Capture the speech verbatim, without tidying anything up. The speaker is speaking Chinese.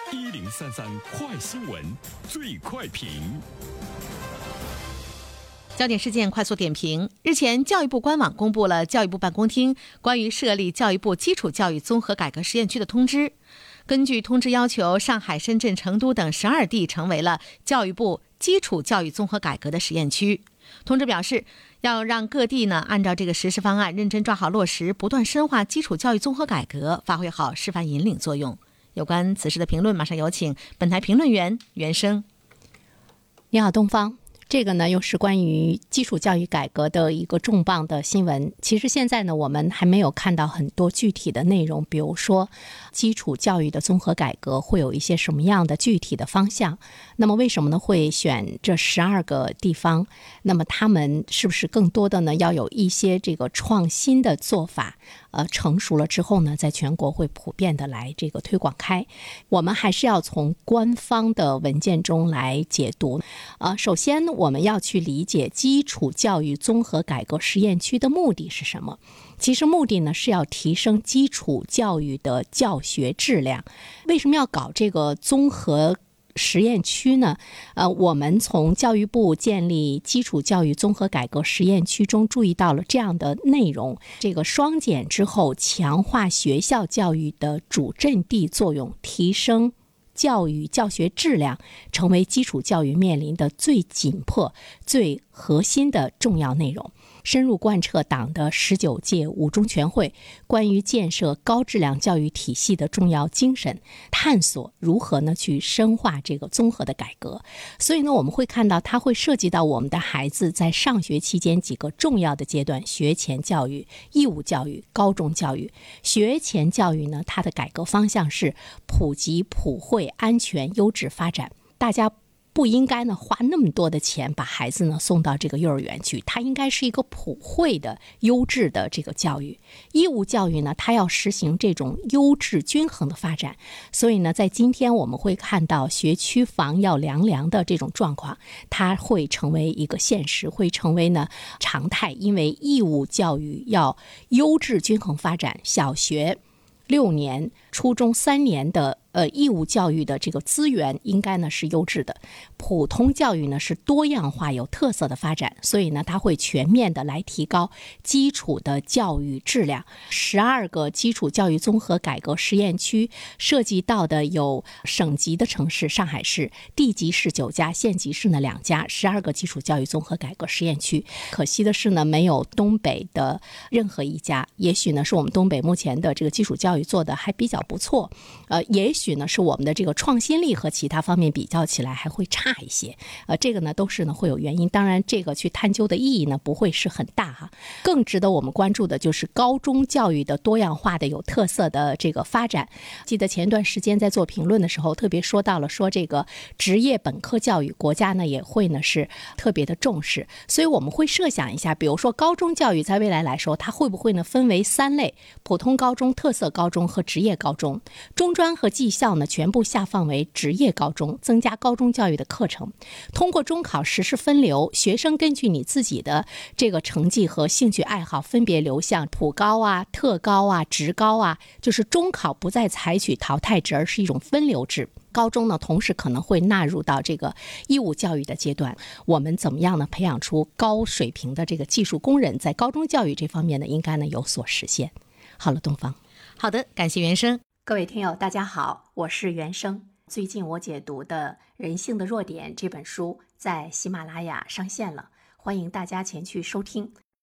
一零三三快新闻最快评。 焦点事件快速点评。日前，教育部官网公布了教育部办公厅关于设立教育部基础教育综合改革实验区的通知。根据通知要求，上海、深圳、成都等十二地成为了教育部基础教育综合改革的实验区。通知表示，要让各地呢按照这个实施方案认真抓好落实，不断深化基础教育综合改革，发挥好示范引领作用。有关此事的评论，马上有请本台评论员袁生。 你好，东方。这个呢，又是关于基础教育改革的一个重磅的新闻。其实现在呢，我们还没有看到很多具体的内容，比如说基础教育的综合改革会有一些什么样的具体的方向。那么为什么呢会选这十二个地方？那么他们是不是更多的呢要有一些这个创新的做法？呃，成熟了之后呢，在全国会普遍的来这个推广开。我们还是要从官方的文件中来解读。呃，首先我们要去理解基础教育综合改革实验区的目的是什么。其实目的呢是要提升基础教育的教学质量。为什么要搞这个综合实验区呢？呃，我们从教育部建立基础教育综合改革实验区中注意到了这样的内容：这个双减之后，强化学校教育的主阵地作用，提升教育教学质量，成为基础教育面临的最紧迫、最核心的重要内容。深入贯彻党的十九届五中全会关于建设高质量教育体系的重要精神，探索如何呢去深化这个综合的改革。所以呢，我们会看到它会涉及到我们的孩子在上学期间几个重要的阶段：学前教育、义务教育、高中教育。学前教育呢，它的改革方向是普及、普惠、安全、优质发展。大家不应该呢花那么多的钱把孩子呢送到这个幼儿园去，它应该是一个普惠的优质的这个教育。义务教育呢，它要实行这种优质均衡的发展。所以呢，在今天我们会看到学区房要凉凉的这种状况，它会成为一个现实，会成为呢常态。因为义务教育要优质均衡发展，小学六年、初中三年的呃义务教育的这个资源应该呢是优质的，普通教育呢是多样化有特色的发展，所以呢它会全面的来提高基础的教育质量。十二个基础教育综合改革实验区涉及到的有省级的城市上海市，地级市九家，县级市呢两家，十二个基础教育综合改革实验区。可惜的是呢，没有东北的任何一家。也许呢是我们东北目前的这个基础教育做的还比较不错，呃，也许呢是我们的这个创新力和其他方面比较起来还会差一些，呃，这个呢都是呢会有原因。当然，这个去探究的意义呢不会是很大哈。更值得我们关注的就是高中教育的多样化的有特色的这个发展。记得前段时间在做评论的时候，特别说到了说这个职业本科教育，国家呢也会呢是特别的重视。所以我们会设想一下，比如说高中教育在未来来说，它会不会呢分为三类：普通高中、特色高中和职业高中。中专和技校呢全部下放为职业高中，增加高中教育的课程。通过中考实施分流，学生根据你自己的这个成绩和兴趣爱好分别流向普高啊、特高啊、职高啊，就是中考不再采取淘汰制，而是一种分流制。高中呢，同时可能会纳入到这个义务教育的阶段。我们怎么样呢？培养出高水平的这个技术工人，在高中教育这方面呢，应该呢有所实现。好了，东方。 好的，感谢袁生。 各位听友，大家好，我是袁生。最近我解读的《人性的弱点》这本书在喜马拉雅上线了，欢迎大家前去收听。